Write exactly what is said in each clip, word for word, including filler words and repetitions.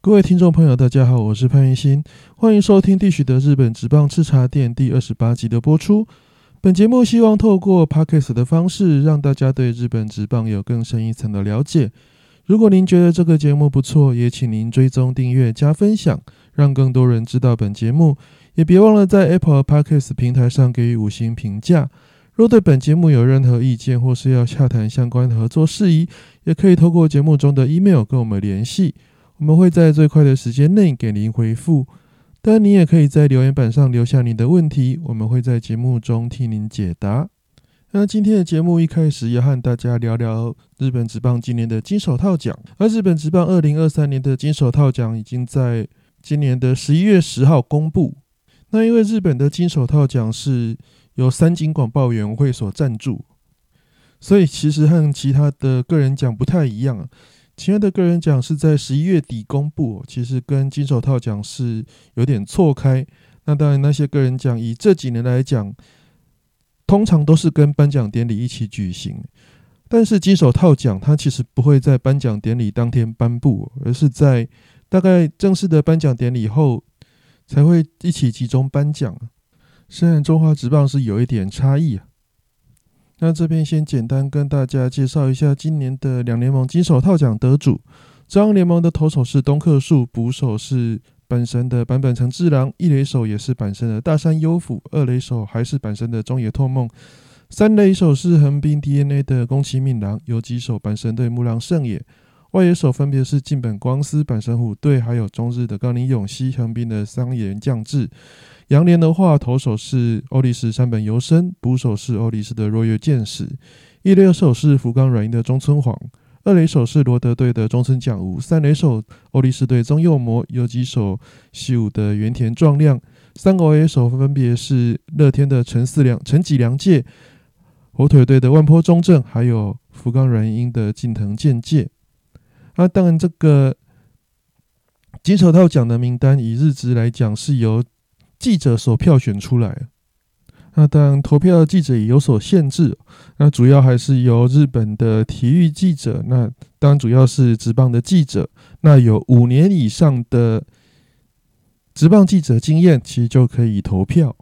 各位听众朋友大家好，我是潘云新，欢迎收听地许的日本职棒吃茶店第二十八集的播出。本节目希望透过 Podcast 的方式让大家对日本职棒有更深一层的了解。如果您觉得这个节目不错，也请您追踪订阅加分享，让更多人知道本节目，也别忘了在 Apple Podcast 平台上给予五星评价。若对本节目有任何意见或是要洽谈相关的合作事宜，也可以透过节目中的 email 跟我们联系，我们会在最快的时间内给您回复。当然，你也可以在留言板上留下你的问题，我们会在节目中替您解答。那今天的节目一开始要和大家聊聊日本职棒今年的金手套奖，而日本职棒二零二三年的金手套奖已经在今年的十一月十号公布。那因为日本的金手套奖是由三金广报委员会所赞助，所以其实和其他的个人奖不太一样啊。其他的个人奖是在十一月底公布，其实跟金手套奖是有点错开。那当然那些个人奖以这几年来讲，通常都是跟颁奖典礼一起举行，但是金手套奖它其实不会在颁奖典礼当天颁布，而是在大概正式的颁奖典礼后才会一起集中颁奖。虽然中华职棒是有一点差异啊。那这边先简单跟大家介绍一下今年的两联盟金手套奖得主。中央联盟的投手是东克树，捕手是阪神的坂本诚志郎，一垒手也是阪神的大山优辅，二垒手还是阪神的中野拓梦，三垒手是横滨 D N A 的宫崎敏郎，游击手阪神队木浪胜也，外野手分别是近本光司阪神虎队，还有中日的冈林永熙，横滨的桑野将志。洋联的话，投手是欧力士山本由伸，捕手是欧力士的若月健史，一垒手是福冈软银的中村晃，二垒手是罗德队的中村将吾，三垒手欧力士队宗佑磨，游击手西武的原田壮亮，三个外野手分别是乐天的陈四良、陈己良介，火腿队的万波中正，还有福冈软银的近藤健介。啊，当然这个金手套奖的名单以日职来讲是由记者所票选出来，那当然投票的记者也有所限制，那主要还是由日本的体育记者，那当然主要是职棒的记者，那有五年以上的职棒记者经验其实就可以投票。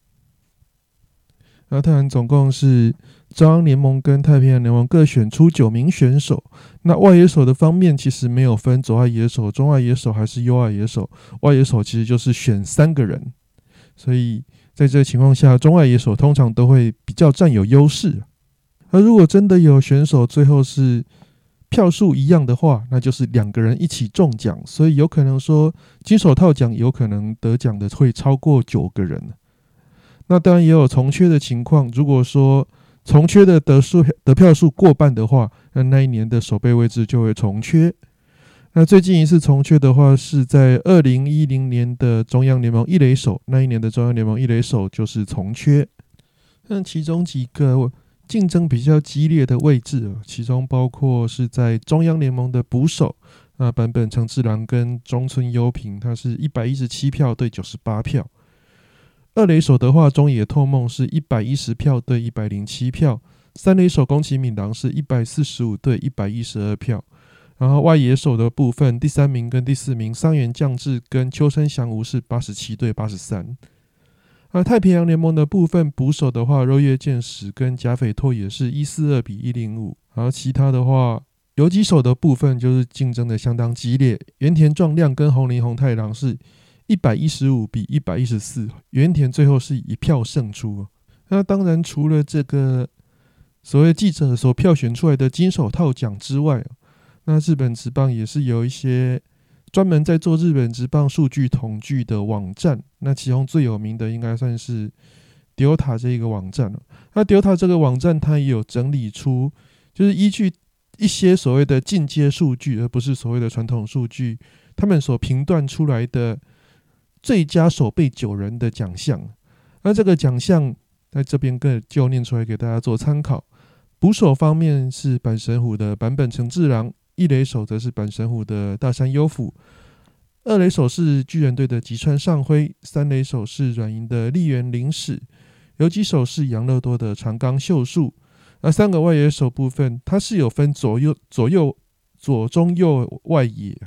那当然总共是中央联盟跟太平洋联盟各选出九名选手。那外野手的方面其实没有分左外野手、中外野手还是右外野手，外野手其实就是选三个人，所以在这个情况下，中外野手通常都会比较占有优势。而如果真的有选手最后是票数一样的话，那就是两个人一起中奖，所以有可能说金手套奖有可能得奖的会超过九个人。那当然也有重缺的情况，如果说重缺的得数得票数过半的话，那那一年的守备位置就会重缺。那最近一次重缺的话是在二零一零年的中央联盟一垒手，那一年的中央联盟一垒手就是重缺。那其中几个竞争比较激烈的位置，其中包括是在中央联盟的捕手，那坂本诚志郎跟中村优平，他是一百一十七票对九十八票。二垒手的话，中野拓梦是一百一十票对一百零七票，三垒手宫崎敏郎是一百四十五对一百一十二票。然后外野手的部分，第三名跟第四名桑原将志跟秋生祥吾是八十七对八十三。而太平洋联盟的部分，捕手的话，若月健史跟甲斐拓也是一百四十二比一百零五。然后其他的话，游击手的部分就是竞争的相当激烈，原田壮亮跟红林宏太郎是一百一十五比一百一十四，原田最后是一票胜出。那当然除了这个所谓记者所票选出来的金手套奖之外，那日本职棒也是有一些专门在做日本职棒数据统计的网站，那其中最有名的应该算是 Delta 这一个网站。那 Delta 这个网站它也有整理出，就是依据一些所谓的进阶数据，而不是所谓的传统数据，他们所评断出来的最佳守备九人的奖项。那这个奖项在这边更就念出来给大家做参考。捕手方面是阪神虎的坂本诚志郎，一垒手则是阪神虎的大山优辅，二垒手是巨人队的吉川尚辉，三垒手是软银的立原绫史，游击手是养乐多的长冈秀树。那三个外野手部分，它是有分左右左右左中右外野，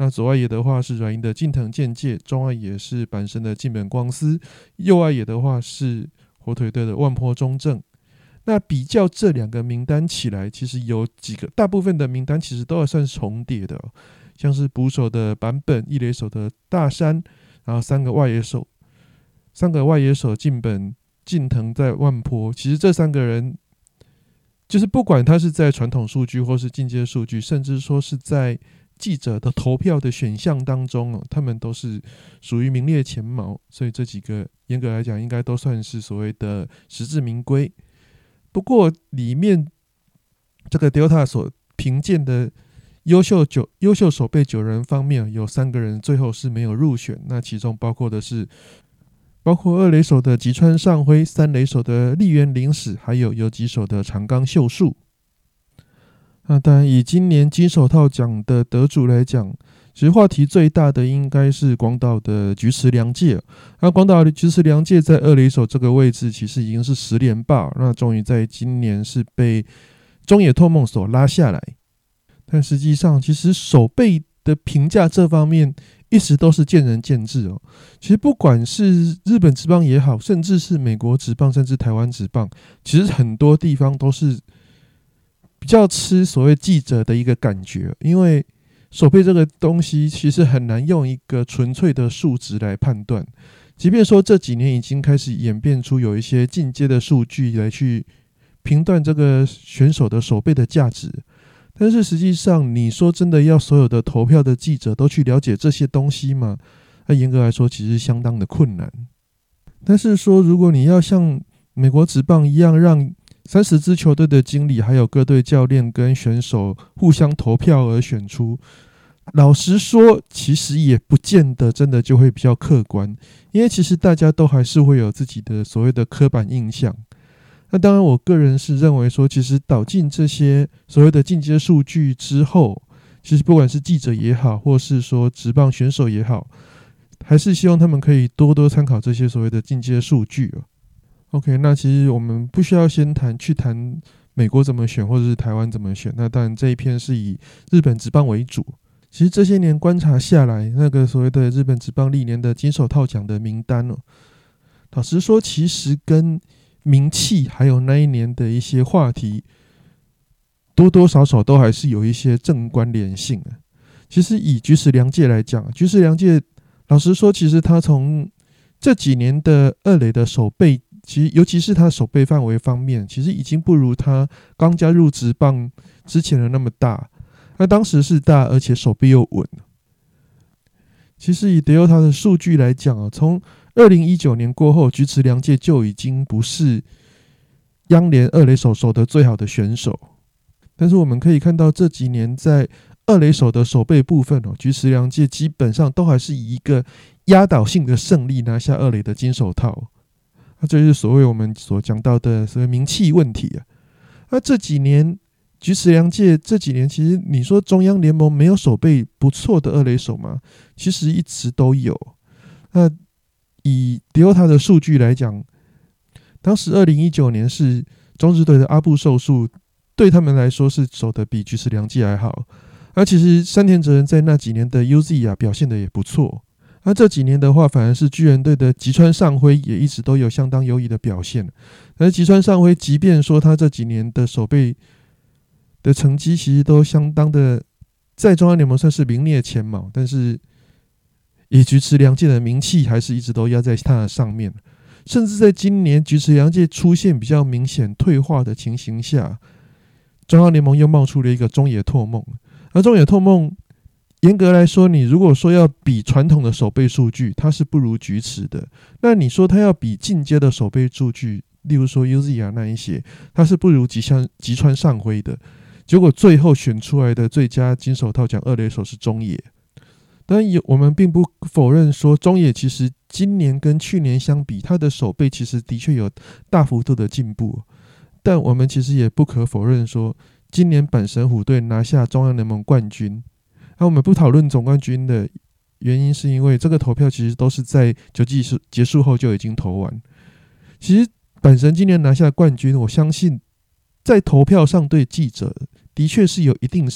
那左外野的话是软银的近藤健介，中外野是阪神的近本光司，右外野的话是火腿队的万波中正。那比较这两个名单起来，其实有几个大部分的名单其实都还算是重叠的、哦，像是捕手的坂本、一垒手的大山，然后三个外野手，三个外野手近本、近藤在万波，其实这三个人就是不管他是在传统数据或是进阶数据，甚至说是在记者的投票的选项当中、哦、他们都是属于名列前茅，所以这几个严格来讲应该都算是所谓的实至名归。不过里面这个 Delta 所评鉴的优秀九优秀守备九人方面，有三个人最后是没有入选，那其中包括的是包括二垒手的吉川尚辉、三垒手的立原绫史，还有游击手的长冈秀树。那当然以今年金手套奖的得主来讲，其实话题最大的应该是广岛的菊池凉介。那广岛的菊池凉介在二垒手这个位置其实已经是十连霸，那终于在今年是被中野拓梦所拉下来。但实际上其实守备的评价这方面一直都是见仁见智哦。其实不管是日本职棒也好，甚至是美国职棒，甚至台湾职棒，其实很多地方都是比较吃所谓记者的一个感觉，因为守备这个东西其实很难用一个纯粹的数值来判断，即便说这几年已经开始演变出有一些进阶的数据来去评断这个选手的守备的价值，但是实际上你说真的要所有的投票的记者都去了解这些东西吗？那严格来说其实相当的困难。但是说如果你要像美国职棒一样让三十支球队的经理还有各队教练跟选手互相投票而选出，老实说其实也不见得真的就会比较客观，因为其实大家都还是会有自己的所谓的刻板印象。那当然我个人是认为说，其实导进这些所谓的进阶数据之后，其实不管是记者也好，或是说职棒选手也好，还是希望他们可以多多参考这些所谓的进阶数据、哦OK， 那其实我们不需要先谈去谈美国怎么选，或者是台湾怎么选。那当然这一篇是以日本职棒为主。其实这些年观察下来，那个所谓的日本职棒历年的金手套奖的名单哦，老实说，其实跟名气还有那一年的一些话题，多多少少都还是有一些正关联性的。其实以菊池凉介来讲，菊池凉介老实说，其实他从这几年的二垒的守备，其实尤其是他守备范围方面，其实已经不如他刚加入职棒之前的那么大。那当时是大，而且手臂又稳。其实以 Delta 的数据来讲啊，从二零一九年过后，菊池凉介就已经不是央联二垒手守得最好的选手。但是我们可以看到这几年在二垒手的守备部分哦，菊池凉介基本上都还是以一个压倒性的胜利拿下二垒的金手套。那这就是所谓我们所讲到的所谓名气问题啊。那这几年菊池凉介这几年，其实你说中央联盟没有守备不错的二垒手吗？其实一直都有。那以 Delta 的数据来讲，当时二零一九年是中日队的阿部寿树，对他们来说是守得比菊池凉介还好。而其实山田哲人在那几年的 U Z 啊表现得也不错。那这几年的话，反而是巨人队的吉川尚辉也一直都有相当优异的表现。而吉川尚辉即便说他这几年的守备的成绩其实都相当的在中央联盟算是名列前茅，但是以菊池凉介的名气还是一直都压在他的上面。甚至在今年菊池凉介出现比较明显退化的情形下，中央联盟又冒出了一个中野拓梦。而中野拓梦严格来说，你如果说要比传统的守备数据，它是不如菊池的。那你说他要比进阶的守备数据，例如说 U Z 啊那一些，他是不如吉川吉川尚辉的。结果最后选出来的最佳金手套奖二垒手是中野。当然我们并不否认说中野其实今年跟去年相比，他的守备其实的确有大幅度的进步。但我们其实也不可否认说，今年阪神虎队拿下中央联盟冠军。那我们不讨论总冠军的原因，是因为这个投票其实都是在球季结束后就已经投完。其实阪神今年拿下冠军，我相信在投票上对记者的确是有一定上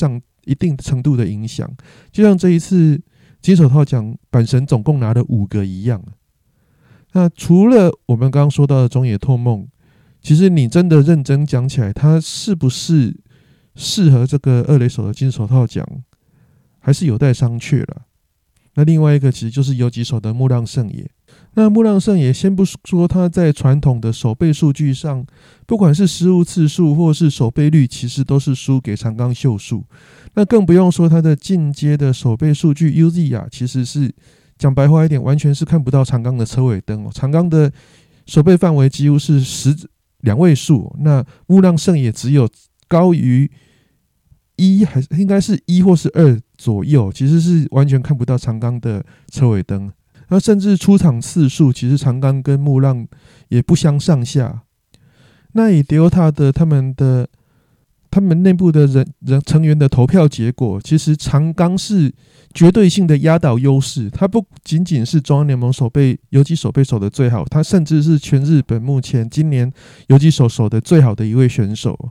一定程度的影响，就像这一次金手套奖阪神总共拿了五个一样。那除了我们刚刚说到的中野拓梦，其实你真的认真讲起来，他是不是适合这个二垒手的金手套奖，还是有待商榷了。那另外一个其实就是游击手的木浪圣也。那木浪圣也先不说他在传统的守备数据上，不管是失误次数或是守备率，其实都是输给长冈秀树。那更不用说他的进阶的守备数据 U Z 啊，其实是讲白话一点，完全是看不到长冈的车尾灯哦。长冈的守备范围几乎是十两位数，那木浪圣也只有高于一，还是应该是一或是二左右，其实是完全看不到长冈的车尾灯。那甚至出场次数，其实长冈跟木浪也不相上下。那以 Delta 的他们的他们内部的人人成员的投票结果，其实长冈是绝对性的压倒优势。他不仅仅是中央联盟守备游击守备守的最好，他甚至是全日本目前今年游击手守的最好的一位选手。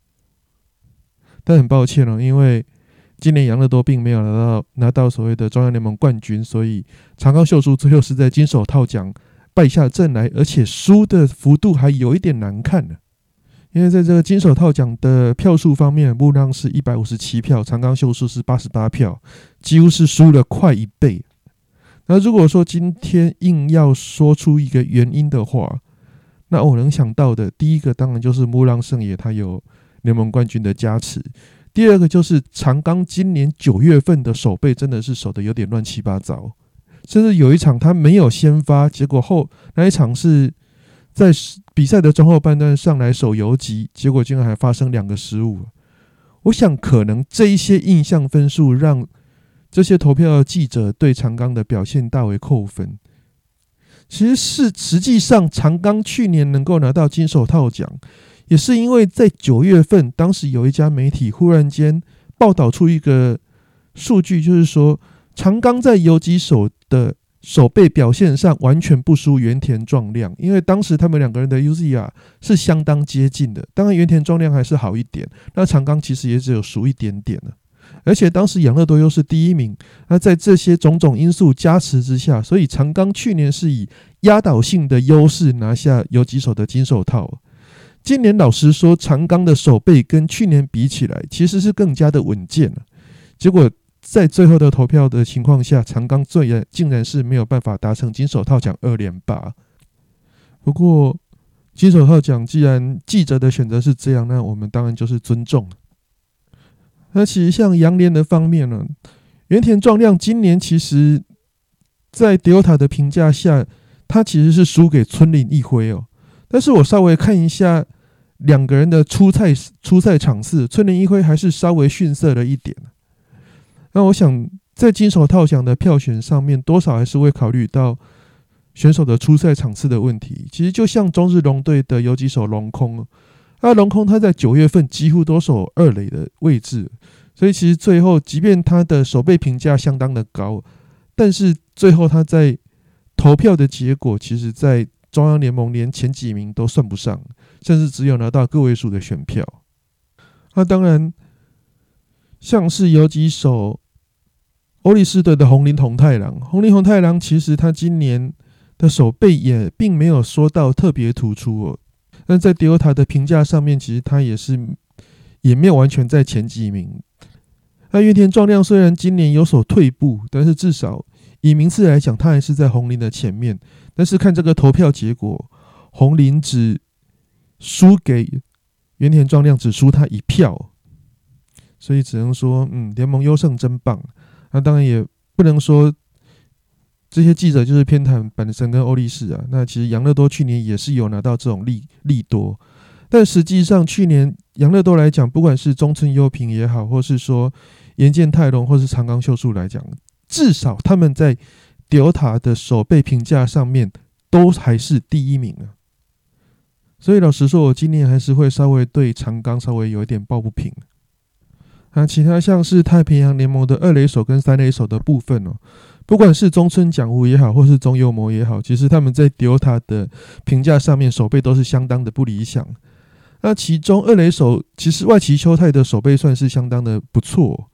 但很抱歉哦，因为今年养乐多并没有拿到拿到所谓的中央联盟冠军，所以长冈秀树最后是在金手套奖败下阵来，而且输的幅度还有一点难看呢。因为在这个金手套奖的票数方面，木浪是一百五十七票，长冈秀树是八十八票，几乎是输了快一倍。那如果说今天硬要说出一个原因的话，那我能想到的第一个当然就是木浪圣也他有联盟冠军的加持，第二个就是长冈今年九月份的守备真的是守的有点乱七八糟，甚至有一场他没有先发，结果后那一场是在比赛的中后半段上来守游击，结果竟然还发生两个失误。我想可能这一些印象分数让这些投票的记者对长冈的表现大为扣分。其实是实际上长冈去年能够拿到金手套奖，也是因为在九月份，当时有一家媒体忽然间报道出一个数据，就是说长冈在游击手的守备表现上完全不输原田壮亮，因为当时他们两个人的 U Z R 是相当接近的，当然原田壮亮还是好一点，那长冈其实也只有输一点点了。而且当时养乐多又是第一名，那在这些种种因素加持之下，所以长冈去年是以压倒性的优势拿下游击手的金手套。今年老实说，长冈的守备跟去年比起来，其实是更加的稳健了。结果在最后的投票的情况下，长冈最然竟然是没有办法达成金手套奖二连霸。不过金手套奖既然记者的选择是这样，那我们当然就是尊重。那其实像洋联的方面呢，原田壮亮今年其实在 Delta 的评价下，他其实是输给村林一辉哦。但是我稍微看一下两个人的出赛出赛场次，村林一辉还是稍微逊色了一点。那我想在金手套奖的票选上面，多少还是会考虑到选手的出赛场次的问题。其实就像中日龙队的游击手龙空，那龙空他在九月份几乎都守二垒的位置，所以其实最后即便他的守备评价相当的高，但是最后他在投票的结果，其实在中央联盟连前几名都算不上，甚至只有拿到个位数的选票。那当然像是游击手欧力士队的红林宏太郎，红林宏太郎其实他今年的守备也并没有说到特别突出哦。但在 Delta 的评价上面，其实他也是也没有完全在前几名。那原田壮亮虽然今年有所退步，但是至少以名次来讲，他还是在红林的前面。但是看这个投票结果，红林只输给原田壮亮，只输他一票，所以只能说，嗯，联盟优胜真棒。那当然也不能说这些记者就是偏袒阪神跟欧力士啊。那其实养乐多去年也是有拿到这种利利多，但实际上去年养乐多来讲，不管是中村优平也好，或是说岩见太郎或是长冈秀树来讲，至少他们在 Delta 的守备评价上面都还是第一名啊。所以老实说，我今年还是会稍微对长冈稍微有一点抱不平。那其他像是太平洋联盟的二垒手跟三垒手的部分哦，不管是中村奖吾也好，或是中右磨也好，其实他们在 Delta 的评价上面守备都是相当的不理想。那其中二垒手其实外崎修太的守备算是相当的不错，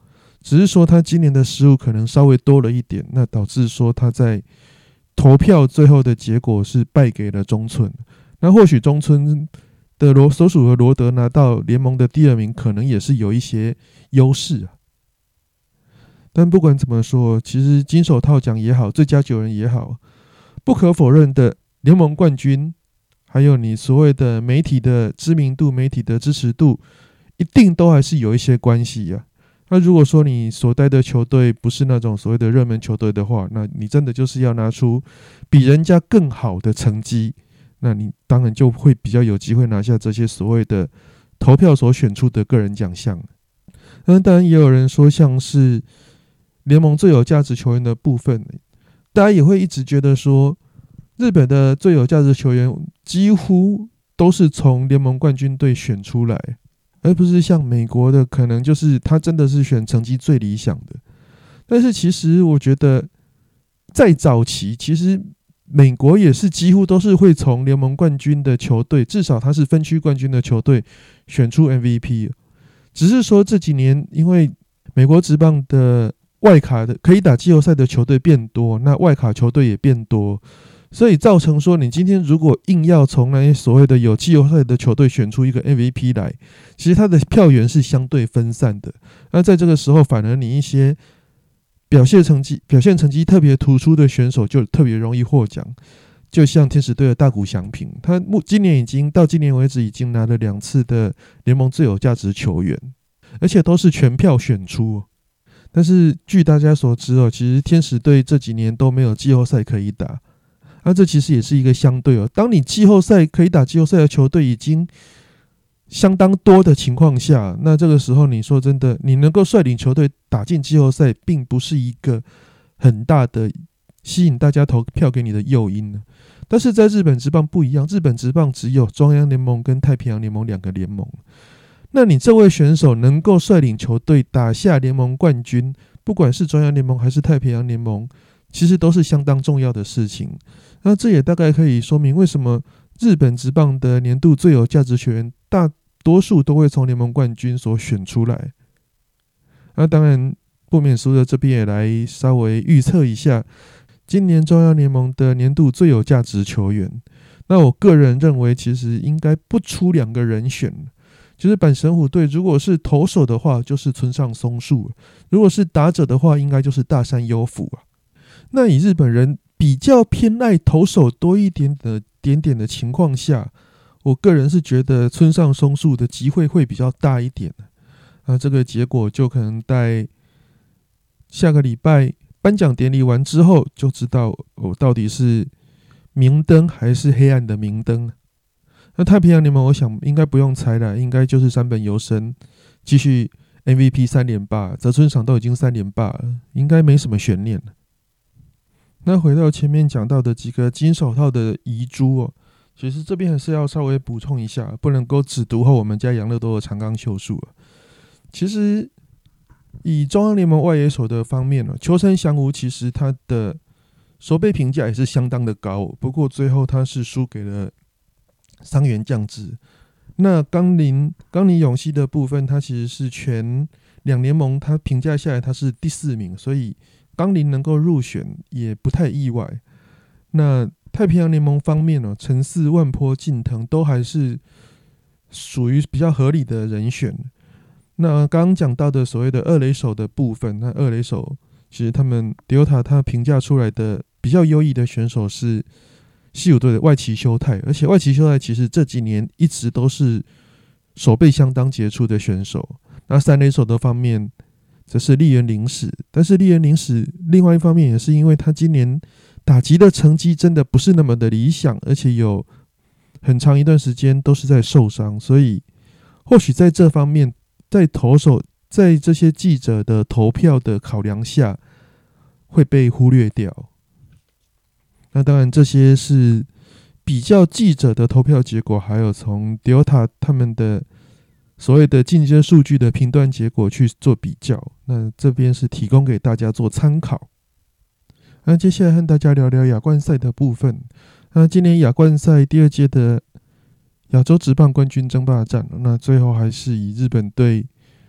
只是说他今年的失误可能稍微多了一点，那导致说他在投票最后的结果是败给了中村。那或许中村的罗所属的罗德拿到联盟的第二名，可能也是有一些优势啊。但不管怎么说，其实金手套奖也好，最佳九人也好，不可否认的，联盟冠军，还有你所谓的媒体的知名度、媒体的支持度，一定都还是有一些关系啊。那如果说你所带的球队不是那种所谓的热门球队的话，那你真的就是要拿出比人家更好的成绩，那你当然就会比较有机会拿下这些所谓的投票所选出的个人奖项。那当然也有人说，像是联盟最有价值球员的部分，大家也会一直觉得说，日本的最有价值球员几乎都是从联盟冠军队选出来，而不是像美国的可能就是他真的是选成绩最理想的。但是其实我觉得在早期，其实美国也是几乎都是会从联盟冠军的球队，至少他是分区冠军的球队选出 M V P。 只是说这几年因为美国职棒的外卡的可以打季后赛的球队变多，那外卡球队也变多，所以造成说你今天如果硬要从那些所谓的有季后赛的球队选出一个 M V P 来，其实他的票源是相对分散的。那在这个时候，反而你一些表现成绩表现成绩特别突出的选手就特别容易获奖。就像天使队的大谷翔平，他今年已经到今年为止已经拿了两次的联盟最有价值球员，而且都是全票选出。但是据大家所知哦，其实天使队这几年都没有季后赛可以打，那这其实也是一个相对哦。当你季后赛可以打季后赛的球队已经相当多的情况下，那这个时候你说真的，你能够率领球队打进季后赛，并不是一个很大的吸引大家投票给你的诱因呢。但是在日本职棒不一样，日本职棒只有中央联盟跟太平洋联盟两个联盟。那你这位选手能够率领球队打下联盟冠军，不管是中央联盟还是太平洋联盟，其实都是相当重要的事情。那这也大概可以说明为什么日本职棒的年度最有价值球员大多数都会从联盟冠军所选出来。那当然不免俗的这边也来稍微预测一下今年中央联盟的年度最有价值球员。那我个人认为其实应该不出两个人选，就是阪神虎队如果是投手的话就是村上松树，如果是打者的话应该就是大山优辅啊。那以日本人比较偏爱投手多一点的点点的情况下，我个人是觉得村上松树的机会会比较大一点。那这个结果就可能在下个礼拜颁奖典礼完之后就知道我、哦、到底是明灯还是黑暗的明灯。那太平洋联盟我想应该不用猜了，应该就是山本由伸继续 M V P 三连霸，泽村赏都已经三连霸了，应该没什么悬念了。那回到前面讲到的几个金手套的遗珠哦，其实这边还是要稍微补充一下，不能够只读后我们家养乐多的长冈秀树。其实以中央联盟外野手的方面呢，秋山翔吾其实他的守备评价也是相当的高，不过最后他是输给了桑原将志。那冈林冈林永熙的部分，他其实是全两联盟他评价下来他是第四名，所以冈林能够入选也不太意外。那太平洋联盟方面呢，陈四、万波、近藤都还是属于比较合理的人选。那刚刚讲到的所谓的二垒手的部分，那二垒手其实他们 Delta 他评价出来的比较优异的选手是西武队的外崎修太，而且外崎修太其实这几年一直都是守备相当杰出的选手。那三垒手的方面则是立原凌史，但是立原凌史另外一方面也是因为他今年打击的成绩真的不是那么的理想，而且有很长一段时间都是在受伤，所以或许在这方面在投手在这些记者的投票的考量下会被忽略掉。那当然这些是比较记者的投票结果，还有从 Delta 他们的所谓的进阶数据的评断结果去做比较，那这边是提供给大家做参考。那接下来和大家聊聊亚冠赛的部分。那今年亚冠赛第二届的亚洲职棒冠军争霸战，那最后还是以日本队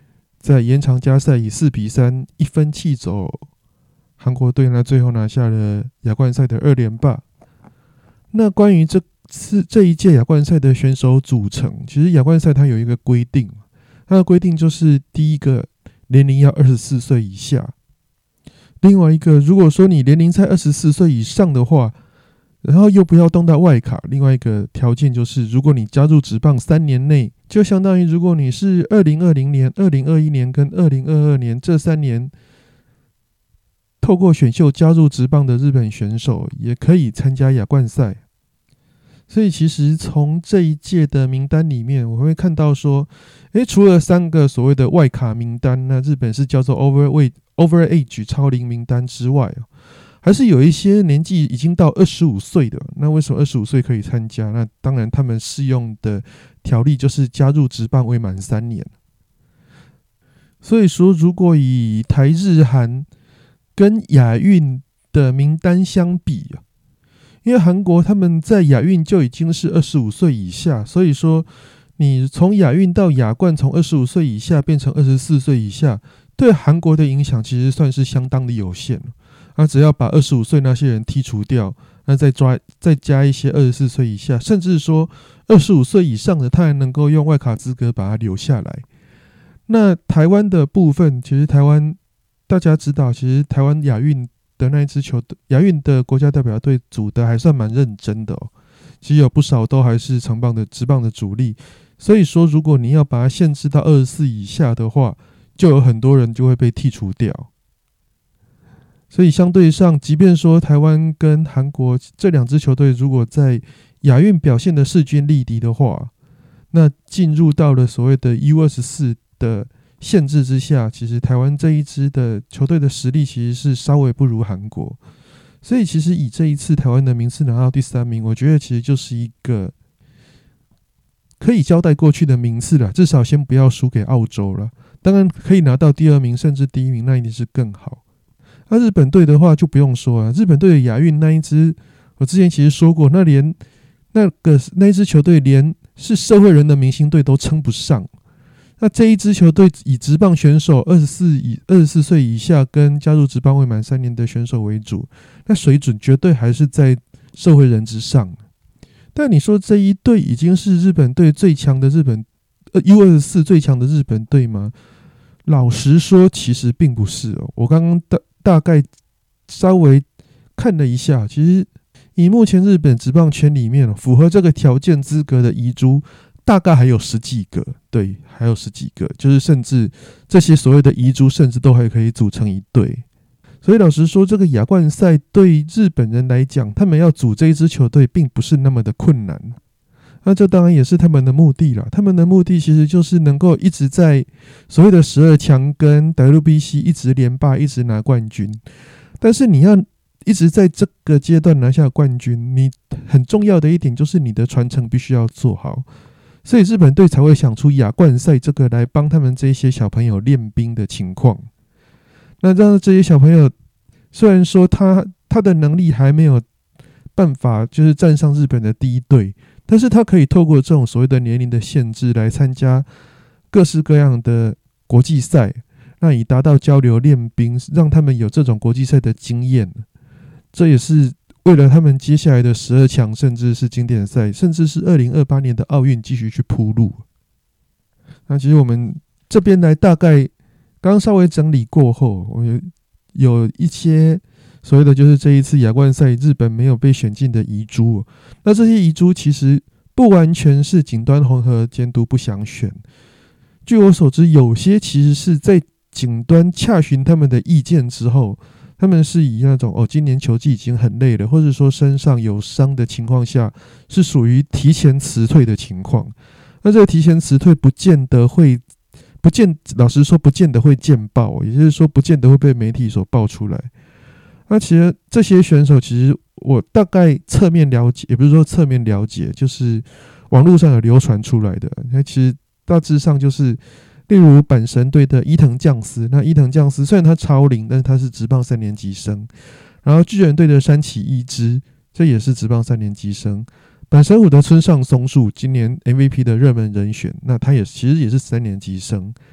在延长加赛以四比三一分气走韩国队，那最后拿下了亚冠赛的二连霸。那关于这次这一届亚冠赛的选手组成，其实亚冠赛它有一个规定，它的规定就是第一个年龄要二十四岁以下，另外一个如果说你年龄在二十四岁以上的话，然后又不要动到外卡，另外一个条件就是如果你加入职棒三年内，就相当于如果你是二零二零年、二零二一年跟二零二二年这三年透过选秀加入职棒的日本选手，也可以参加亚冠赛。所以其实从这一届的名单里面，我会看到说，诶，除了三个所谓的外卡名单，那日本是叫做 overweight overage 超龄名单之外，还是有一些年纪已经到二十五岁的。那为什么二十五岁可以参加？那当然他们适用的条例就是加入职棒未满三年。所以说，如果以台日韩跟亚运的名单相比，因为韩国他们在亚运就已经是二十五岁以下，所以说你从亚运到亚冠从二十五岁以下变成二十四岁以下，对韩国的影响其实算是相当的有限。那只要把二十五岁那些人剔除掉，那再抓再加一些二十四岁以下，甚至说二十五岁以上的，他还能够用外卡资格把它留下来。那台湾的部分，其实台湾大家知道，其实台湾亚运的那一支球队，亚运的国家代表队组的还算蛮认真的哦。其实有不少都还是长棒的职棒的主力，所以说如果你要把它限制到二十四以下的话，就有很多人就会被剔除掉。所以相对上，即便说台湾跟韩国这两支球队如果在亚运表现的势均力敌的话，那进入到了所谓的 U 二十四 的限制之下，其实台湾这一支的球队的实力其实是稍微不如韩国。所以其实以这一次台湾的名次拿到第三名，我觉得其实就是一个可以交代过去的名次了，至少先不要输给澳洲了。当然可以拿到第二名甚至第一名，那一定是更好。那、啊、日本队的话就不用说了，日本队的亚运那一支，我之前其实说过，那连那个那一支球队连是社会人的明星队都称不上。那这一支球队以职棒选手二十四以二十四岁以下跟加入职棒未满三年的选手为主，那水准绝对还是在社会人之上。但你说这一队已经是日本队最强的日本呃 U 二十四 最强的日本队吗？老实说，其实并不是哦。我刚刚大大概稍微看了一下，其实以目前日本职棒圈里面符合这个条件资格的遗珠，大概还有十几个，对，还有十几个，就是甚至这些所谓的遗珠，甚至都还可以组成一队。所以老实说，这个亚冠赛对日本人来讲，他们要组这一支球队并不是那么的困难。那这当然也是他们的目的啦，他们的目的其实就是能够一直在所谓的十二强跟 W B C 一直连霸，一直拿冠军。但是你要一直在这个阶段拿下冠军，你很重要的一点就是你的传承必须要做好。所以日本队才会想出亚冠赛这个来帮他们这些小朋友练兵的情况。那让这些小朋友虽然说他他的能力还没有办法就是站上日本的第一队，但是他可以透过这种所谓的年龄的限制来参加各式各样的国际赛，那以达到交流练兵，让他们有这种国际赛的经验。这也是为了他们接下来的十二强，甚至是经典赛，甚至是二零二八年的奥运继续去铺路。那其实我们这边来大概刚稍微整理过后，我有有一些所谓的就是这一次亚冠赛日本没有被选进的遗珠。那这些遗珠其实不完全是景端红河监督不想选，据我所知，有些其实是在景端洽询他们的意见之后，他们是以那种哦，今年球季已经很累了，或者说身上有伤的情况下，是属于提前辞退的情况。那这个提前辞退不见得会，不见老实说不见得会见报，也就是说不见得会被媒体所爆出来。那其实这些选手，其实我大概侧面了解，也不是说侧面了解，就是网络上有流传出来的。那其实大致上就是。例如阪神队的伊藤将司，那伊藤将司虽然他超龄，但是他是职棒三年级生。然后巨人队的山崎一之，这也是职棒三年级生。阪神虎的村上松树，今年 M V P 的热门人选，那他也其实也是三年级生。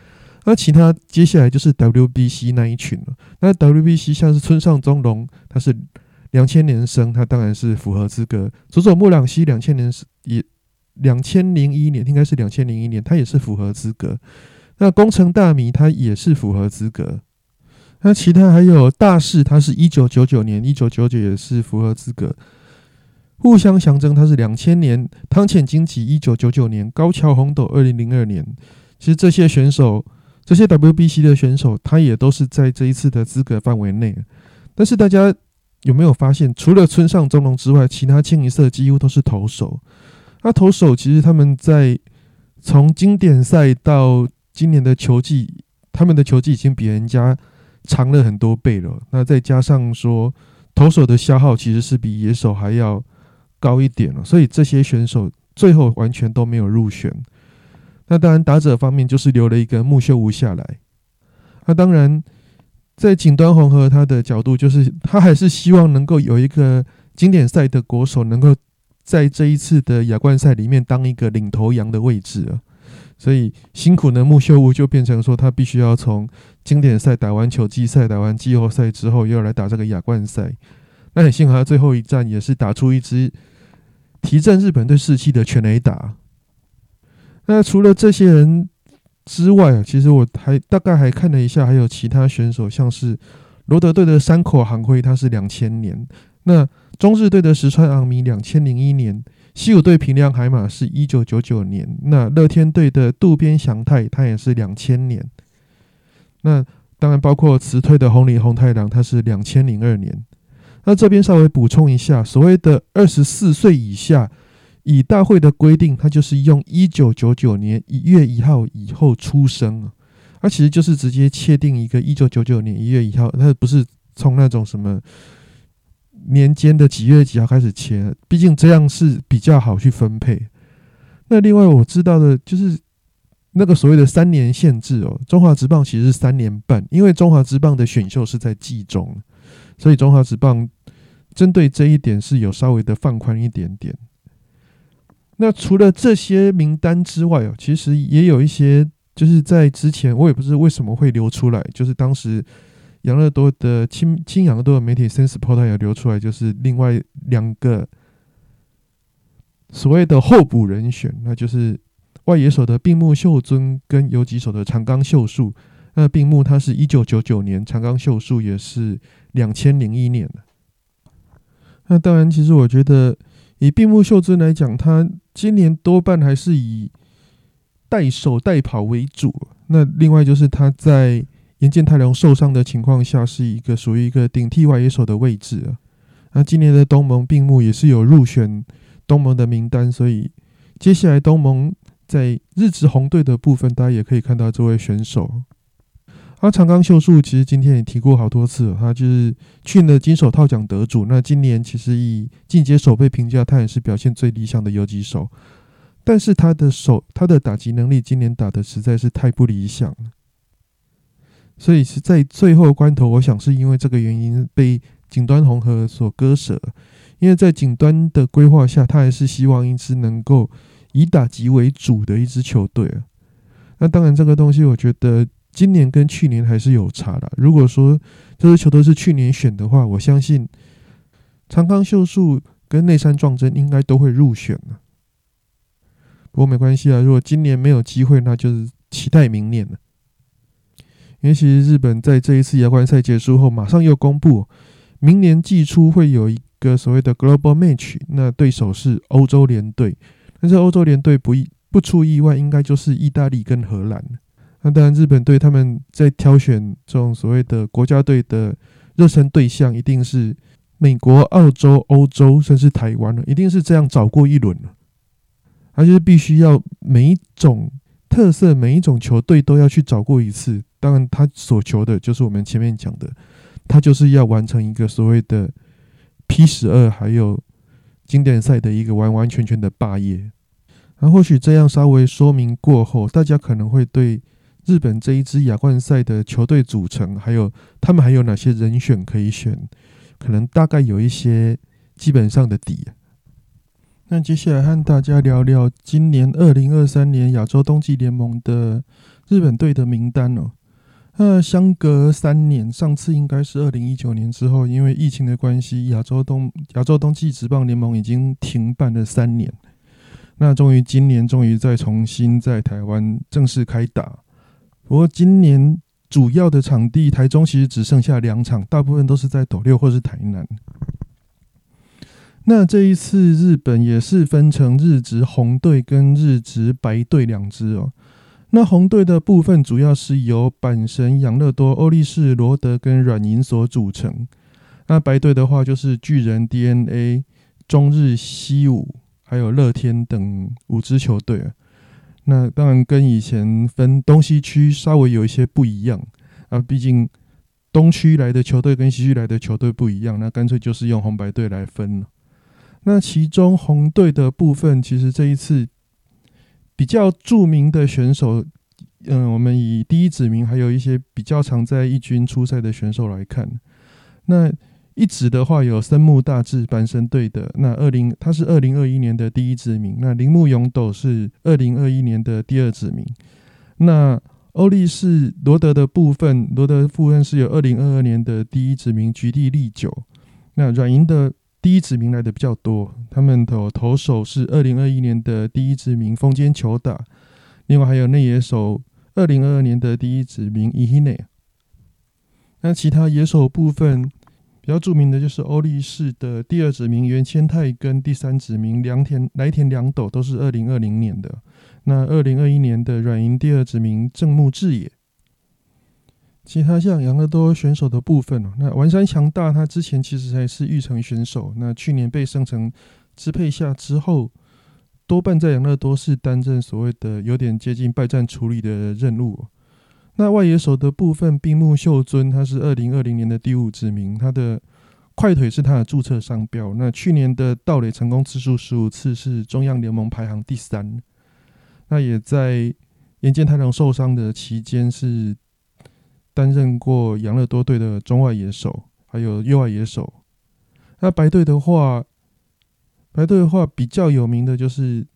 那其他接下来就是 W B C 那一群了。那 W B C 像是村上宗隆，他是两千年生，他当然是符合资格。佐佐木朗希两千年也两千零一年，应该是两千零一年，他也是符合资格。那宫城大弥他也是符合资格。那其他还有大势，他是一九九九年，一九九九也是符合资格。互相象征他是两千年，汤浅京己一九九九年，高桥宏斗二零零二年。其实这些选手，这些 W B C 的选手，他也都是在这一次的资格范围内。但是大家有没有发现，除了村上宗隆之外，其他清一色几乎都是投手。那投手其实他们在从经典赛到今年的球季，他们的球季已经比人家长了很多倍了。那再加上说，投手的消耗其实是比野手还要高一点了，所以这些选手最后完全都没有入选。那当然打者方面就是留了一个木秀吾下来。那当然在井端弘和他的角度，就是他还是希望能够有一个经典赛的国手能够在这一次的亚冠赛里面当一个领头羊的位置了。所以辛苦的木秀吾就变成说，他必须要从经典赛打完球季赛，打完季后赛之后，又要来打这个亚冠赛。那很幸好他最后一战也是打出一支提振日本队士气的全垒打。那除了这些人之外，其实我还大概还看了一下，还有其他选手，像是罗德队的山口航辉，他是两千年；那中日队的石川昂弥两千零一年；西武队平良海马是一九九九年；那乐天队的渡边翔太，他也是两千年。那当然包括辞退的红里红太郎，他是两千零二年。那这边稍微补充一下，所谓的二十四岁以下，以大会的规定，它就是用一九九九年一月一号以后出生，它其实就是直接切定一个一九九九年一月一号，它不是从那种什么年间的几月几号开始切，毕竟这样是比较好去分配。那另外我知道的就是那个所谓的三年限制哦，中华职棒其实是三年半，因为中华职棒的选秀是在季中，所以中华职棒针对这一点是有稍微的放宽一点点。那除了这些名单之外哦，其实也有一些就是在之前我也不知为什么会流出来，就是当时养乐多的亲亲养乐多的媒体 SensePort 有流出来，就是另外两个所谓的候补人选，那就是外野手的并木秀尊跟游击手的长冈秀树。那并木他是一九九九年，长冈秀树也是两千零一年。那当然，其实我觉得以并木秀尊来讲，他今年多半还是以带手带跑为主。那另外就是他在岩见太郎受伤的情况下，是一个属于一个顶替外野手的位置啊。那今年的东盟并木也是有入选东盟的名单，所以接下来东盟在日职红队的部分，大家也可以看到这位选手。啊，长冈秀树其实今天也提过好多次了，他就是去年的金手套奖得主。那今年其实以进阶手被评价，他也是表现最理想的游击手，但是他的手他的打击能力今年打的实在是太不理想了，所以是在最后关头，我想是因为这个原因被井端弘和所割舍。因为在井端的规划下，他还是希望一支能够以打击为主的一支球队啊。那当然这个东西我觉得今年跟去年还是有差的。如果说这支球队是去年选的话，我相信长冈秀树跟内山壮真应该都会入选了。不过没关系啊，如果今年没有机会，那就是期待明年了。因为其实日本在这一次亚冠赛结束后，马上又公布明年季初会有一个所谓的 Global Match， 那对手是欧洲联队。但是欧洲联队不不出意外，应该就是意大利跟荷兰。那当然，日本队他们在挑选这种所谓的国家队的热身对象，一定是美国、澳洲、欧洲，甚至台湾了，一定是这样找过一轮了。他就是必须要每一种特色、每一种球队都要去找过一次。当然，他所求的就是我们前面讲的，他就是要完成一个所谓的 P 十二 还有经典赛的一个完完全全的霸业。然后或许这样稍微说明过后，大家可能会对日本这一支亚冠赛的球队组成，还有他们还有哪些人选可以选，可能大概有一些基本上的底。那接下来和大家聊聊今年二零二三年亚洲冬季联盟的日本队的名单哦。那相隔三年，上次应该是二零一九年之后，因为疫情的关系，亚洲冬亚洲冬季职棒联盟已经停办了三年。那终于今年终于再重新在台湾正式开打。不过今年主要的场地台中其实只剩下两场，大部分都是在斗六或是台南。那这一次日本也是分成日职红队跟日职白队两支哦。那红队的部分主要是由阪神、养乐多、欧力士、罗德跟软银所组成。那白队的话就是巨人、D N A、中日、西武还有乐天等五支球队啊。那当然跟以前分东西区稍微有一些不一样啊，毕竟东区来的球队跟西区来的球队不一样，那干脆就是用红白队来分了。那其中红队的部分，其实这一次比较著名的选手，嗯，我们以第一指名还有一些比较常在一军出赛的选手来看。那一指的话有森木大志，阪神队的，那二零他是二零二一年的第一指名。那铃木永斗是二零二一年的第二指名。那欧力士罗德的部分，罗德部分是有二零二二年的第一指名菊地利久。那软银的第一指名来的比较多，他们的投手是二零二一年的第一指名丰间球打，另外还有内野手二零二二年的第一指名伊希内。那其他野手部分比较著名的就是欧力士的第二指名原千泰跟第三指名良田来田良斗都是二零二零年的。那二零二一年的软银第二指名正木智也。其他像养乐多选手的部分、哦、那丸山强大他之前其实还是育成选手，那去年被升成支配下之后，多半在养乐多是担任所谓的有点接近败战处理的任务、哦。那外野手的部分，并木秀尊他是二零二零年的第五指名，他的快腿是他的注册商标。那去年的盗垒成功次数十五次，是中央联盟排行第三。那也在岩见太郎受伤的期间是担任过养乐多队的中外野手，还有右外野手。那白队的话，白队的话比较有名的就是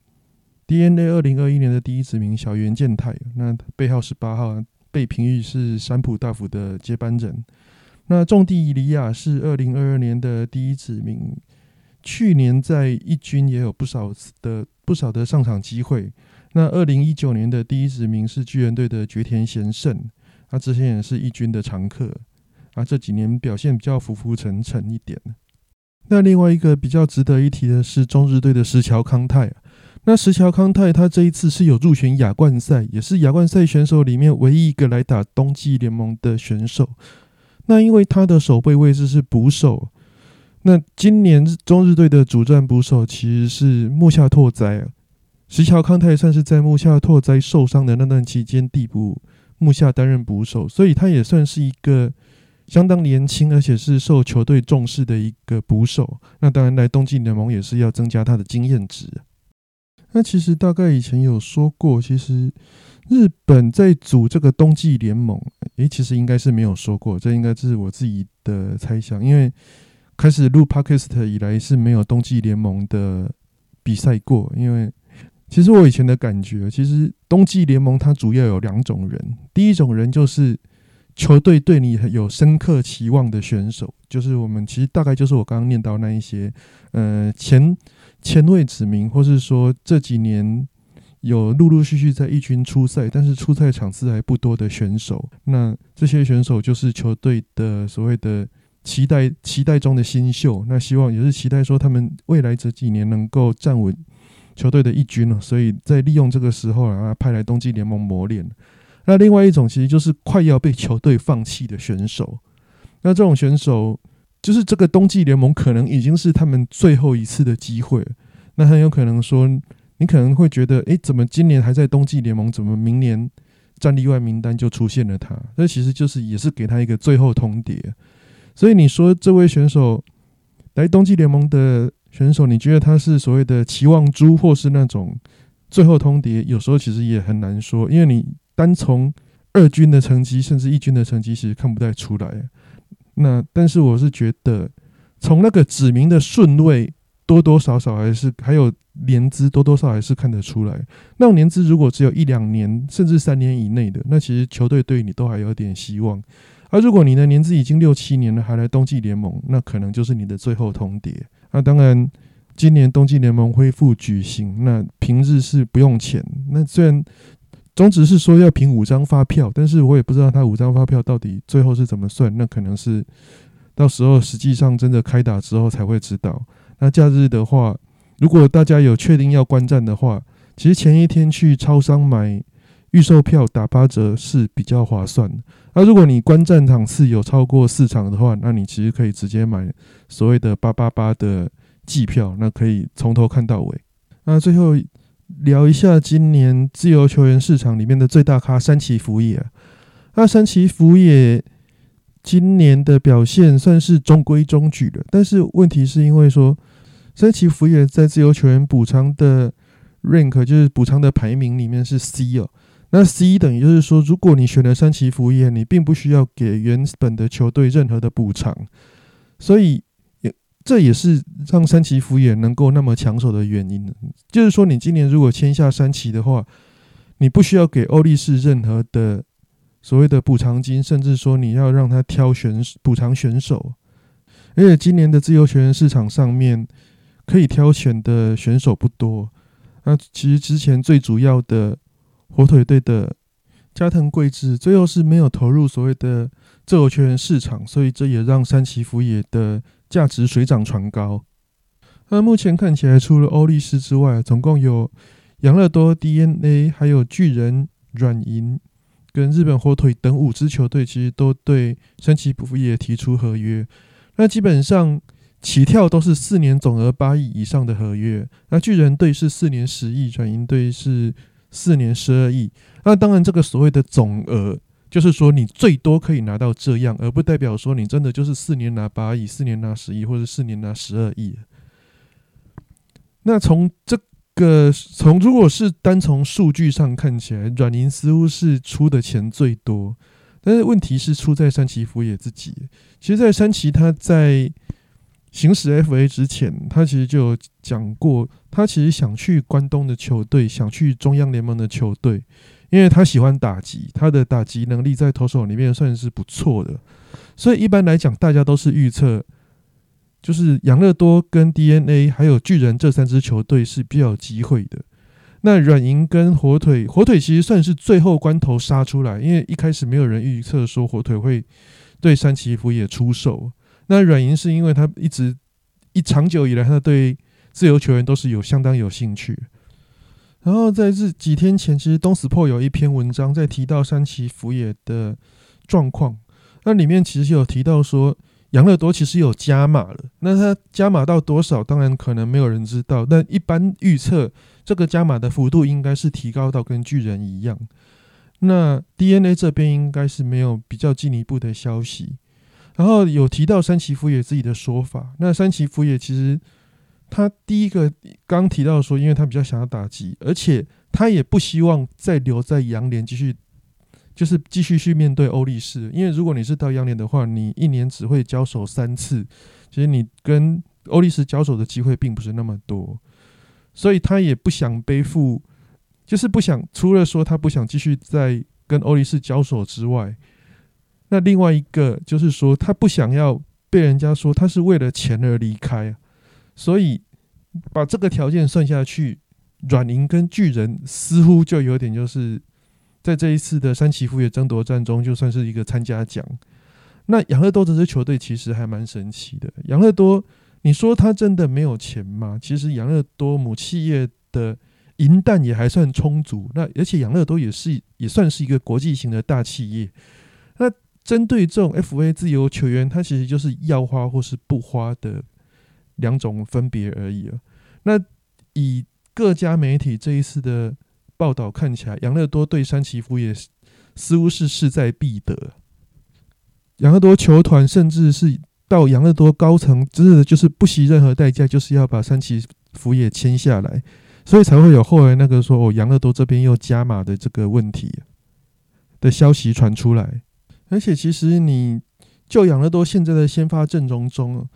D N A 二零二一年的第一指名小原健太，那背号十八号，被评誉是山浦大辅的接班人。那重地里亚是二零二二年的第一指名，去年在一军也有不少的不少的上场机会。那二零一九年的第一指名是巨人队的绝田贤胜。他之前也是一军的常客，啊，这几年表现比较浮浮沉沉一点。那另外一个比较值得一提的是中日队的石桥康泰、啊、那石桥康泰他这一次是有入选亚冠赛，也是亚冠赛选手里面唯一一个来打冬季联盟的选手。那因为他的守备位置是捕手，那今年中日队的主战捕手其实是木下拓哉、啊、石桥康泰算是在木下拓哉受伤的那段期间递补木下担任捕手，所以他也算是一个相当年轻而且是受球队重视的一个捕手。那当然来冬季联盟也是要增加他的经验值。那其实大概以前有说过，其实日本在组这个冬季联盟，诶，其实应该是没有说过，这应该是我自己的猜想，因为开始录 Podcast 以来是没有冬季联盟的比赛过。因为其实我以前的感觉，其实冬季联盟它主要有两种人，第一种人就是球队对你有深刻期望的选手，就是我们其实大概就是我刚刚念到那一些呃前前卫指名，或是说这几年有陆陆续续在一军出赛，但是出赛场次还不多的选手。那这些选手就是球队的所谓的期待期待中的新秀，那希望也是期待说他们未来这几年能够站稳球队的一军，所以在利用这个时候啊，派来冬季联盟磨练。那另外一种其实就是快要被球队放弃的选手，那这种选手就是这个冬季联盟可能已经是他们最后一次的机会了。那很有可能说，你可能会觉得，诶，怎么今年还在冬季联盟，怎么明年战力外名单就出现了他？这其实就是也是给他一个最后通牒。所以你说这位选手来冬季联盟的选手，你觉得他是所谓的期望猪，或是那种最后通牒？有时候其实也很难说，因为你单从二军的成绩，甚至一军的成绩，其实看不太出来。那但是我是觉得，从那个指名的顺位，多多少少还是还有年资多多少少还是看得出来。那种年资如果只有一两年甚至三年以内的，那其实球队对你都还有点希望。而如果你的年资已经六七年了还来冬季联盟，那可能就是你的最后通牒。那当然今年冬季联盟恢复举行，那平日是不用钱。那虽然宗旨是说要凭五张发票，但是我也不知道他五张发票到底最后是怎么算，那可能是到时候实际上真的开打之后才会知道。那假日的话，如果大家有确定要观战的话，其实前一天去超商买预售票打八折是比较划算的。那如果你观战场次有超过四场的话，那你其实可以直接买所谓的八八八的季票，那可以从头看到尾。那最后聊一下今年自由球员市场里面的最大咖山崎福也、啊。那山崎福也今年的表现算是中规中矩的，但是问题是因为说山崎福也在自由球员补偿的 rank 就是补偿的排名里面是 C 哦。那 C 等于就是说，如果你选了山崎福也，你并不需要给原本的球队任何的补偿，所以也这也是让山崎福也能够那么抢手的原因。就是说，你今年如果签下山崎的话，你不需要给欧力士任何的所谓的补偿金，甚至说你要让他挑选补偿选手。而且今年的自由球员市场上面可以挑选的选手不多。那其实之前最主要的火腿队的加藤贵志最后是没有投入所谓的自由球员市场，所以这也让山崎福也的价值水涨船高。那目前看起来，除了欧力士之外，总共有养乐多、D N A 还有巨人、软银跟日本火腿等五支球队，其实都对山崎福也提出合约。那基本上起跳都是四年总额八亿以上的合约。那巨人队是四年十亿，软银队是四年十二亿。那当然，这个所谓的总额，就是说你最多可以拿到这样，而不代表说你真的就是四年拿八亿、四年拿十亿，或者四年拿十二亿。那从这个从如果是单从数据上看起来，软银似乎是出的钱最多，但是问题是出在山崎福也自己。其实，在山崎他在行使 F A 之前，他其实就有讲过，他其实想去关东的球队，想去中央联盟的球队，因为他喜欢打击，他的打击能力在投手里面算是不错的。所以一般来讲，大家都是预测，就是养乐多跟 D N A 还有巨人这三支球队是比较有机会的。那软银跟火腿，火腿其实算是最后关头杀出来，因为一开始没有人预测说火腿会对山崎福也出手。那软银是因为他一直一长久以来，他对自由球员都是有相当有兴趣。然后在这几天前，其实东死破有一篇文章在提到山崎福也的状况，那里面其实有提到说，养乐多其实有加码了。那他加码到多少，当然可能没有人知道，但一般预测这个加码的幅度应该是提高到跟巨人一样。那 D N A 这边应该是没有比较进一步的消息。然后有提到山崎福也自己的说法，那山崎福也其实他第一个刚提到说，因为他比较想要打击，而且他也不希望再留在洋联继续，就是继续去面对欧力士，因为如果你是到洋联的话，你一年只会交手三次，其实你跟欧力士交手的机会并不是那么多，所以他也不想背负，就是不想除了说他不想继续在跟欧力士交手之外。那另外一个就是说，他不想要被人家说他是为了钱而离开，所以把这个条件算下去，软银跟巨人似乎就有点就是在这一次的山崎福也争夺战中，就算是一个参加奖。那养乐多这支球队其实还蛮神奇的。养乐多，你说他真的没有钱吗？其实养乐多母企业的银弹也还算充足，那而且养乐多也是也算是一个国际型的大企业。那针对这种 F A 自由球员，他其实就是要花或是不花的两种分别而已了。那以各家媒体这一次的报道看起来，养乐多对山崎福也似乎是势在必得。养乐多球团甚至是到养乐多高层，真的就是不惜任何代价，就是要把山崎福也签下来，所以才会有后来那个说哦，养乐多这边又加码的这个问题的消息传出来。而且其实你就养乐多现在的先发阵容中，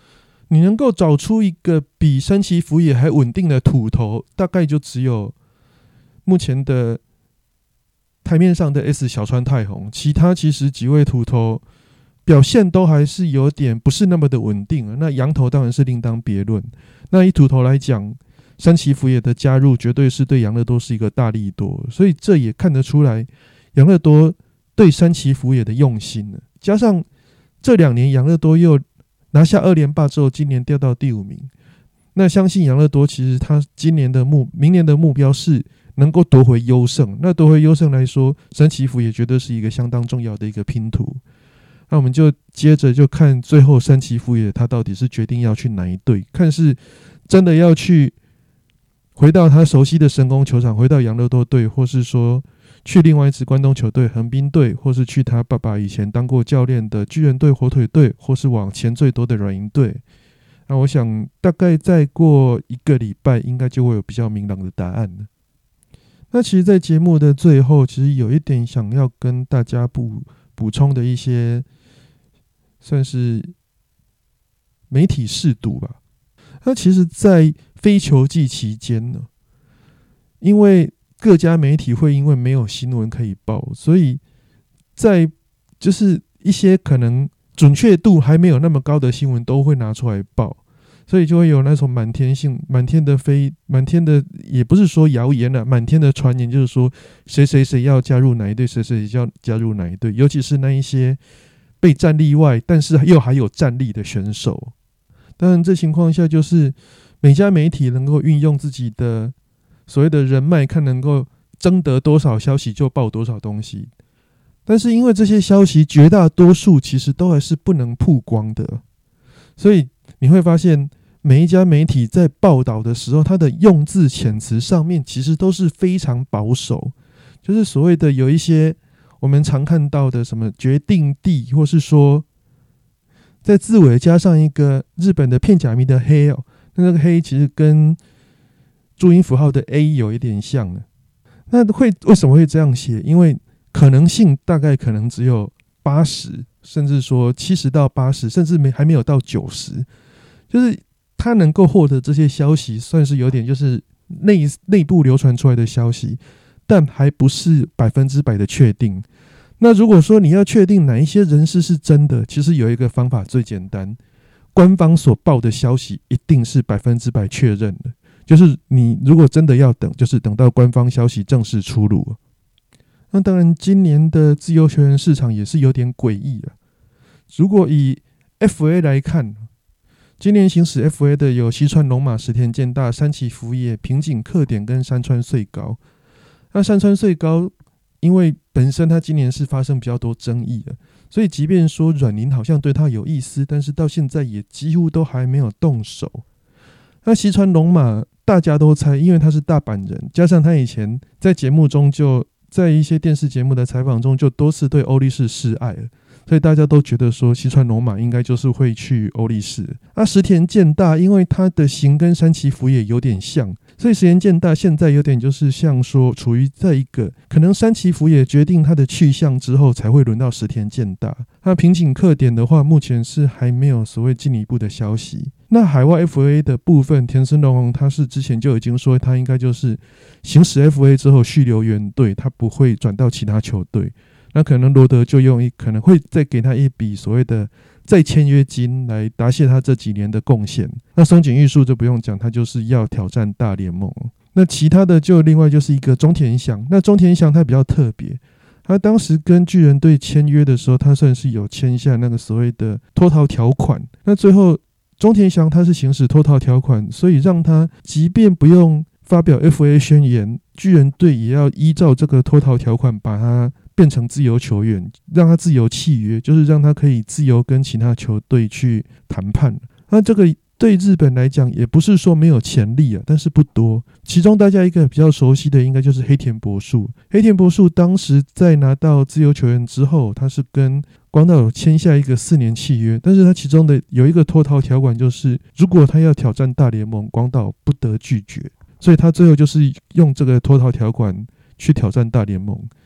你能够找出一个比山崎福也还稳定的土头，大概就只有目前的台面上的 S 小川太宏，其他其实几位土头表现都还是有点不是那么的稳定。那洋头当然是另当别论。那以土头来讲，山崎福也的加入绝对是对养乐多是一个大利多，所以这也看得出来养乐多对山崎福也的用心。加上这两年养乐多又拿下二连霸之后，今年掉到第五名，那相信养乐多其实他今年的目明年的目标是能够夺回优胜。那夺回优胜来说，山崎福也绝对是一个相当重要的一个拼图。那我们就接着就看最后山崎福也他到底是决定要去哪一队，看是真的要去回到他熟悉的神宫球场，回到养乐多队，或是说去另外一支关东球队横滨队，或是去他爸爸以前当过教练的巨人队、火腿队，或是往前最多的软银队。那我想大概再过一个礼拜应该就会有比较明朗的答案了。那其实在节目的最后，其实有一点想要跟大家补补充的一些算是媒体识读吧。那其实在非球季期间呢，因为各家媒体会因为没有新闻可以报，所以在就是一些可能准确度还没有那么高的新闻都会拿出来报，所以就会有那种满天性满天的飞满天的也不是说谣言了，满天的传言，就是说谁谁谁要加入哪一队，谁谁要加入哪一队，尤其是那一些被战力外但是又还有战力的选手。当然这情况下就是每家媒体能够运用自己的所谓的人脉，看能够征得多少消息就报多少东西。但是因为这些消息绝大多数其实都还是不能曝光的，所以你会发现每一家媒体在报道的时候，它的用字遣词上面其实都是非常保守，就是所谓的有一些我们常看到的什么决定地，或是说在字尾加上一个日本的片假名的黑哦，那个黑其实跟注音符号的 A 有一点像了。那会为什么会这样写？因为可能性大概可能只有八十，甚至说七十到八十，甚至没还没有到九十，就是他能够获得这些消息，算是有点就是内内部流传出来的消息，但还不是百分之百的确定。那如果说你要确定哪一些人士是真的，其实有一个方法最简单，官方所报的消息一定是百分之百确认的，就是你如果真的要等，就是等到官方消息正式出炉。那当然今年的自由球员市场也是有点诡异啊。如果以 F A 来看，今年行使 F A 的有西川龙马、石田健大、山崎福也、平井克典跟山川穗高。那山川穗高因为本身他今年是发生比较多争议的，所以即便说软银好像对他有意思，但是到现在也几乎都还没有动手。那西川龙马大家都猜，因为他是大阪人，加上他以前在节目中就在一些电视节目的采访中就多次对欧力士示爱了，所以大家都觉得说西川龙马应该就是会去欧力士。那石田健大因为他的型跟山崎福也有点像，所以石田健大现在有点就是像说处于在一个可能山崎福也决定他的去向之后才会轮到石田健大。那平井克典的话目前是还没有所谓进一步的消息。那海外 F A 的部分，田村龙宏他是之前就已经说他应该就是行使 F A 之后续留原队，他不会转到其他球队。那可能罗德就用一可能会再给他一笔所谓的再签约金来答谢他这几年的贡献。那松井裕树就不用讲，他就是要挑战大联盟。那其他的就另外就是一个中田翔。那中田翔他比较特别，他当时跟巨人队签约的时候，他算是有签下那个所谓的脱逃条款。那最后中田翔他是行使脱逃条款，所以让他即便不用发表 F A 宣言，巨人队也要依照这个脱逃条款把他变成自由球员，让他自由契约，就是让他可以自由跟其他球队去谈判。那这个对日本来讲也不是说没有潜力啊，但是不多。其中大家一个比较熟悉的应该就是黑田博树。黑田博树当时在拿到自由球员之后，他是跟广岛签下一个四年契约，但是他其中的有一个脱逃条款，就是如果他要挑战大联盟，广岛不得拒绝，所以他最后就是用这个脱逃条款去挑战大联盟。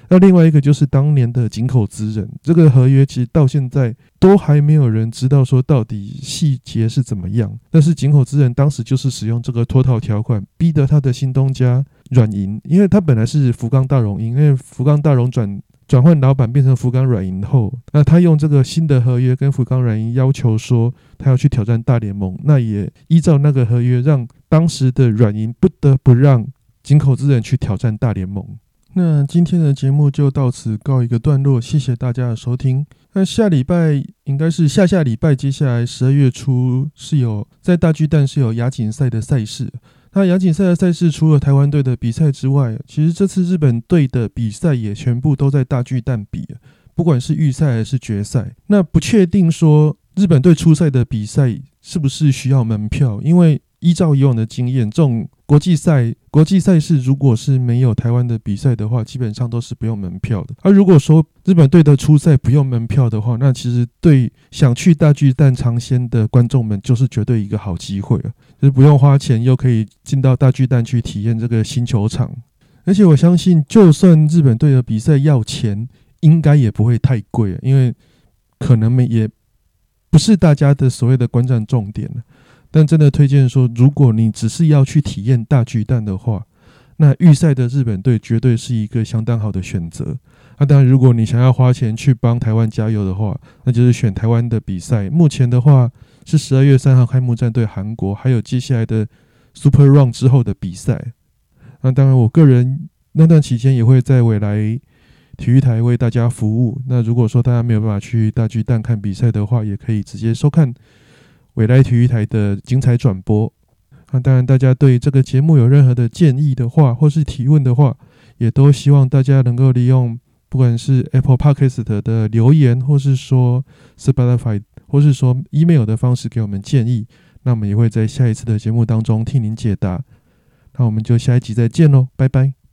那另外一个就是当年的井口资仁，这个合约其实到现在都还没有人知道说到底细节是怎么样。但是井口资仁当时就是使用这个脱逃条款，逼得他的新东家软银，因为他本来是福冈大荣银，因为福冈大荣转转换老板变成福冈软银后，那他用这个新的合约跟福冈软银要求说他要去挑战大联盟，那也依照那个合约让当时的软银不得不让井口资仁去挑战大联盟。那今天的节目就到此告一个段落，谢谢大家的收听。那下礼拜应该是下下礼拜，接下来十二月初是有在大巨蛋是有亚锦赛的赛事。那亚锦赛的赛事除了台湾队的比赛之外，其实这次日本队的比赛也全部都在大巨蛋比，不管是预赛还是决赛。那不确定说日本队出赛的比赛是不是需要门票，因为依照以往的经验，这种国际赛国际赛事如果是没有台湾的比赛的话，基本上都是不用门票的。而、啊、如果说日本队的出赛不用门票的话，那其实对想去大巨蛋尝鲜的观众们就是绝对一个好机会了，就是不用花钱又可以进到大巨蛋去体验这个新球场。而且我相信就算日本队的比赛要钱，应该也不会太贵，因为可能也不是大家的所谓的观战重点了。但真的推荐说，如果你只是要去体验大巨蛋的话，那预赛的日本队绝对是一个相当好的选择。那、啊、当然，如果你想要花钱去帮台湾加油的话，那就是选台湾的比赛。目前的话是十二月三号开幕战对韩国，还有接下来的 Super Run 之后的比赛。那当然，我个人那段期间也会在未来体育台为大家服务。那如果说大家没有办法去大巨蛋看比赛的话，也可以直接收看未来体育台的精彩转播。那当然，大家对这个节目有任何的建议的话，或是提问的话，也都希望大家能够利用不管是 Apple Podcast 的留言，或是说 Spotify， 或是说 email 的方式给我们建议。那我们也会在下一次的节目当中替您解答。那我们就下一集再见喽，拜拜。